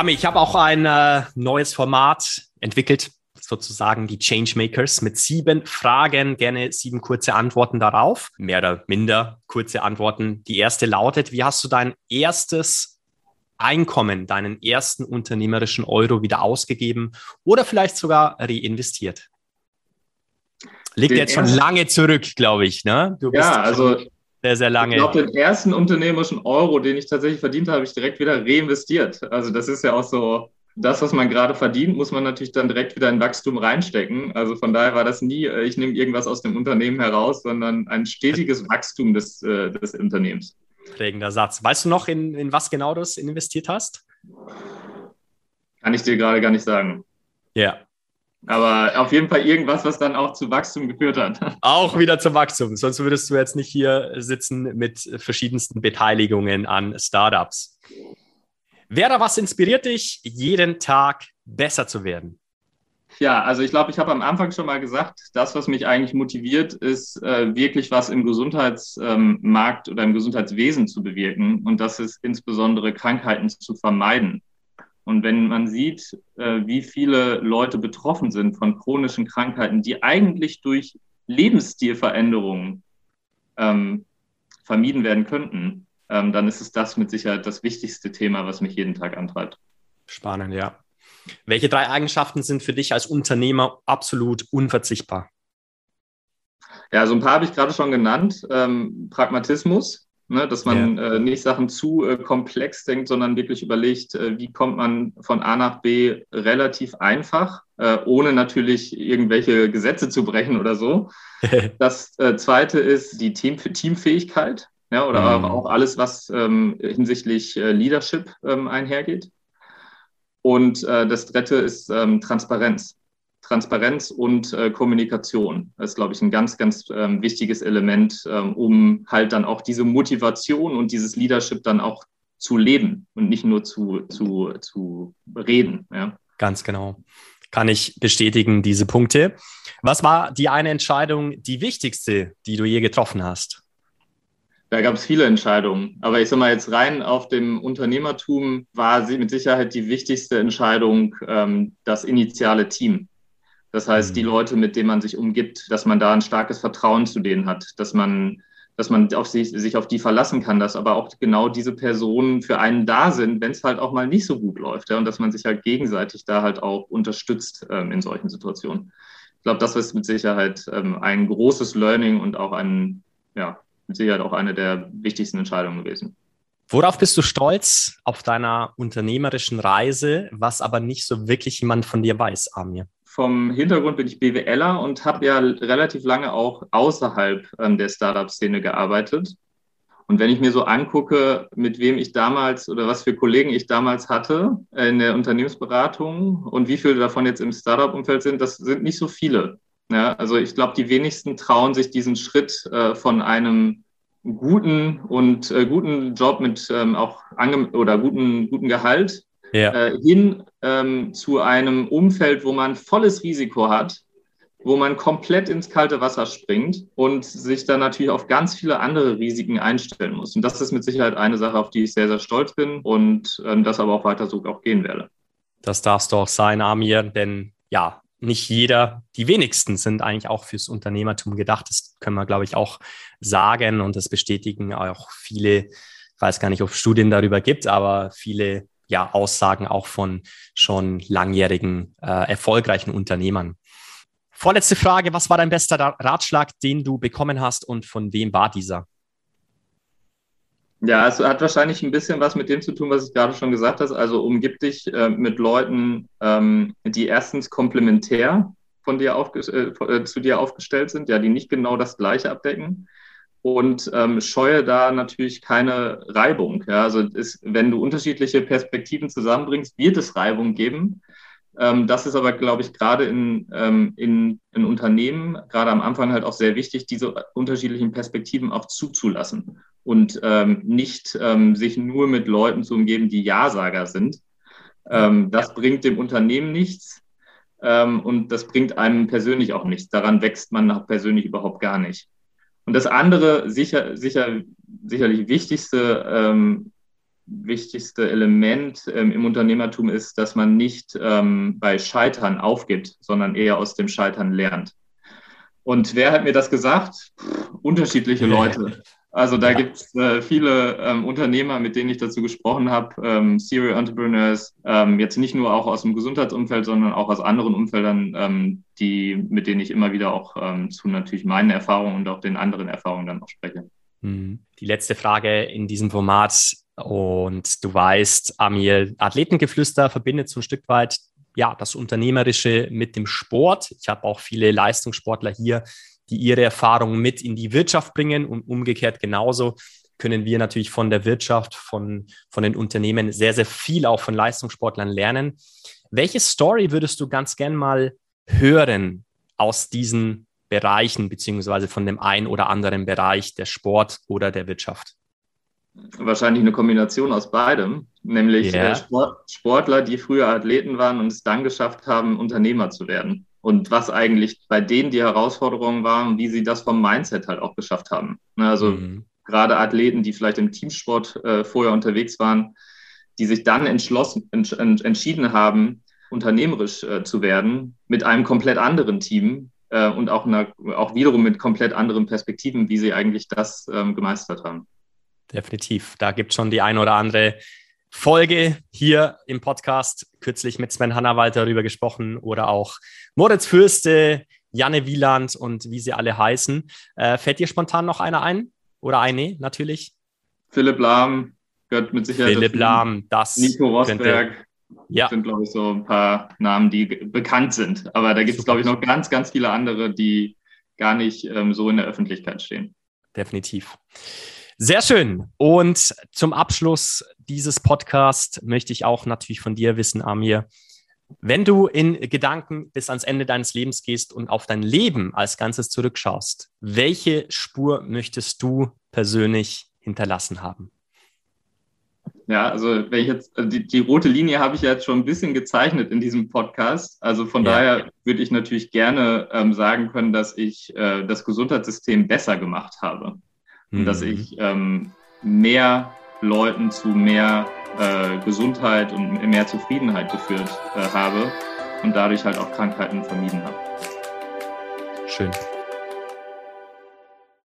Ami, ich habe auch ein neues Format entwickelt, sozusagen die Changemakers mit 7 Fragen, gerne 7 kurze Antworten darauf, mehr oder minder kurze Antworten. Die erste lautet: Wie hast du dein erstes Einkommen, deinen ersten unternehmerischen Euro wieder ausgegeben oder vielleicht sogar reinvestiert? Liegt jetzt schon lange zurück, glaube ich, ne? Du bist schon sehr, sehr lange. Ich glaube, den ersten unternehmerischen Euro, den ich tatsächlich verdient habe, habe ich direkt wieder reinvestiert. Also das ist ja auch so, das, was man gerade verdient, muss man natürlich dann direkt wieder in Wachstum reinstecken. Also von daher war das nie, ich nehme irgendwas aus dem Unternehmen heraus, sondern ein stetiges Wachstum des Unternehmens. Prägender Satz. Weißt du noch, in was genau du es investiert hast? Kann ich dir gerade gar nicht sagen. Ja. Aber auf jeden Fall irgendwas, was dann auch zu Wachstum geführt hat. Auch wieder zum Wachstum. Sonst würdest du jetzt nicht hier sitzen mit verschiedensten Beteiligungen an Startups. Wer oder was inspiriert dich, jeden Tag besser zu werden? Ja, also ich glaube, ich habe am Anfang schon mal gesagt, das, was mich eigentlich motiviert, ist wirklich was im Gesundheitsmarkt oder im Gesundheitswesen zu bewirken. Und das ist insbesondere Krankheiten zu vermeiden. Und wenn man sieht, wie viele Leute betroffen sind von chronischen Krankheiten, die eigentlich durch Lebensstilveränderungen vermieden werden könnten, dann ist es das mit Sicherheit das wichtigste Thema, was mich jeden Tag antreibt. Spannend, ja. Welche 3 Eigenschaften sind für dich als Unternehmer absolut unverzichtbar? Ja, so ein paar habe ich gerade schon genannt. Pragmatismus, ne, dass man nicht Sachen zu komplex denkt, sondern wirklich überlegt, wie kommt man von A nach B relativ einfach, ohne natürlich irgendwelche Gesetze zu brechen oder so. Das Zweite ist die Teamfähigkeit, ja, oder auch alles, was hinsichtlich Leadership einhergeht. Und das Dritte ist Transparenz. Transparenz und Kommunikation. Das ist, glaube ich, ein ganz, ganz wichtiges Element, um halt dann auch diese Motivation und dieses Leadership dann auch zu leben und nicht nur zu reden. Ja. Ganz genau. Kann ich bestätigen, diese Punkte. Was war die eine Entscheidung, die wichtigste, die du je getroffen hast? Da gab es viele Entscheidungen. Aber ich sage mal, jetzt rein auf dem Unternehmertum war mit Sicherheit die wichtigste Entscheidung das initiale Team. Das heißt, die Leute, mit denen man sich umgibt, dass man da ein starkes Vertrauen zu denen hat, dass man sich auf die verlassen kann, dass aber auch genau diese Personen für einen da sind, wenn es halt auch mal nicht so gut läuft. Ja, und dass man sich halt gegenseitig da halt auch unterstützt in solchen Situationen. Ich glaube, das ist mit Sicherheit ein großes Learning und auch mit Sicherheit auch eine der wichtigsten Entscheidungen gewesen. Worauf bist du stolz auf deiner unternehmerischen Reise, was aber nicht so wirklich jemand von dir weiß, Amir? Vom Hintergrund bin ich BWLer und habe ja relativ lange auch außerhalb der Startup-Szene gearbeitet. Und wenn ich mir so angucke, mit wem ich damals oder was für Kollegen ich damals hatte in der Unternehmensberatung und wie viele davon jetzt im Startup-Umfeld sind, das sind nicht so viele. Ja, also ich glaube, die wenigsten trauen sich diesen Schritt von einem guten Job mit oder guten Gehalt hin zu einem Umfeld, wo man volles Risiko hat, wo man komplett ins kalte Wasser springt und sich dann natürlich auf ganz viele andere Risiken einstellen muss. Und das ist mit Sicherheit eine Sache, auf die ich sehr, sehr stolz bin und das aber auch weiter so auch gehen werde. Das darfst du auch sein, Amir, denn ja, nicht jeder, die wenigsten sind eigentlich auch fürs Unternehmertum gedacht. Das können wir, glaube ich, auch sagen und das bestätigen auch viele, ich weiß gar nicht, ob es Studien darüber gibt, aber viele Aussagen auch von schon langjährigen, erfolgreichen Unternehmern. Vorletzte Frage: Was war dein bester Ratschlag, den du bekommen hast und von wem war dieser? Ja, es hat wahrscheinlich ein bisschen was mit dem zu tun, was ich gerade schon gesagt habe. Also umgib dich mit Leuten, die erstens komplementär zu dir aufgestellt sind, ja, die nicht genau das Gleiche abdecken. Und scheue da natürlich keine Reibung. Ja? Also wenn du unterschiedliche Perspektiven zusammenbringst, wird es Reibung geben. Das ist aber, glaube ich, gerade in Unternehmen, gerade am Anfang halt auch sehr wichtig, diese unterschiedlichen Perspektiven auch zuzulassen und nicht sich nur mit Leuten zu umgeben, die Ja-Sager sind. Das bringt dem Unternehmen nichts und das bringt einem persönlich auch nichts. Daran wächst man persönlich überhaupt gar nicht. Und das andere sicherlich wichtigste wichtigste Element im Unternehmertum ist, dass man nicht bei Scheitern aufgibt, sondern eher aus dem Scheitern lernt. Und wer hat mir das gesagt? Unterschiedliche Leute. Also da gibt es viele Unternehmer, mit denen ich dazu gesprochen habe, Serial Entrepreneurs, jetzt nicht nur auch aus dem Gesundheitsumfeld, sondern auch aus anderen Umfeldern, mit denen ich immer wieder auch zu natürlich meinen Erfahrungen und auch den anderen Erfahrungen dann auch spreche. Die letzte Frage in diesem Format. Und du weißt, Amir, Athletengeflüster verbindet so ein Stück weit das Unternehmerische mit dem Sport. Ich habe auch viele Leistungssportler hier, die ihre Erfahrungen mit in die Wirtschaft bringen, und umgekehrt genauso können wir natürlich von der Wirtschaft, von den Unternehmen sehr, sehr viel auch von Leistungssportlern lernen. Welche Story würdest du ganz gern mal hören aus diesen Bereichen, beziehungsweise von dem einen oder anderen Bereich der Sport oder der Wirtschaft? Wahrscheinlich eine Kombination aus beidem, nämlich Sportler, die früher Athleten waren und es dann geschafft haben, Unternehmer zu werden. Und was eigentlich bei denen die Herausforderungen waren und wie sie das vom Mindset halt auch geschafft haben. Also gerade Athleten, die vielleicht im Teamsport vorher unterwegs waren, die sich dann entschieden haben, unternehmerisch zu werden mit einem komplett anderen Team und auch wiederum mit komplett anderen Perspektiven, wie sie eigentlich das gemeistert haben. Definitiv. Da gibt es schon die ein oder andere Folge hier im Podcast. Kürzlich mit Sven Hannawald darüber gesprochen oder auch Moritz Fürste, Janne Wieland und wie sie alle heißen. Fällt dir spontan noch einer ein? Oder eine, natürlich? Philipp Lahm gehört mit Sicherheit Philipp Lahm, das Nico Rosberg. Das sind, glaube ich, so ein paar Namen, die bekannt sind. Aber da gibt es, glaube ich, noch ganz, ganz viele andere, die gar nicht so in der Öffentlichkeit stehen. Definitiv. Sehr schön. Und zum Abschluss dieses Podcasts möchte ich auch natürlich von dir wissen, Amir, wenn du in Gedanken bis ans Ende deines Lebens gehst und auf dein Leben als Ganzes zurückschaust, welche Spur möchtest du persönlich hinterlassen haben? Ja, also wenn ich jetzt die rote Linie habe ich ja jetzt schon ein bisschen gezeichnet in diesem Podcast. Also von daher würde ich natürlich gerne sagen können, dass ich das Gesundheitssystem besser gemacht habe. Und dass ich mehr Leuten zu mehr Gesundheit und mehr Zufriedenheit geführt habe und dadurch halt auch Krankheiten vermieden habe. Schön.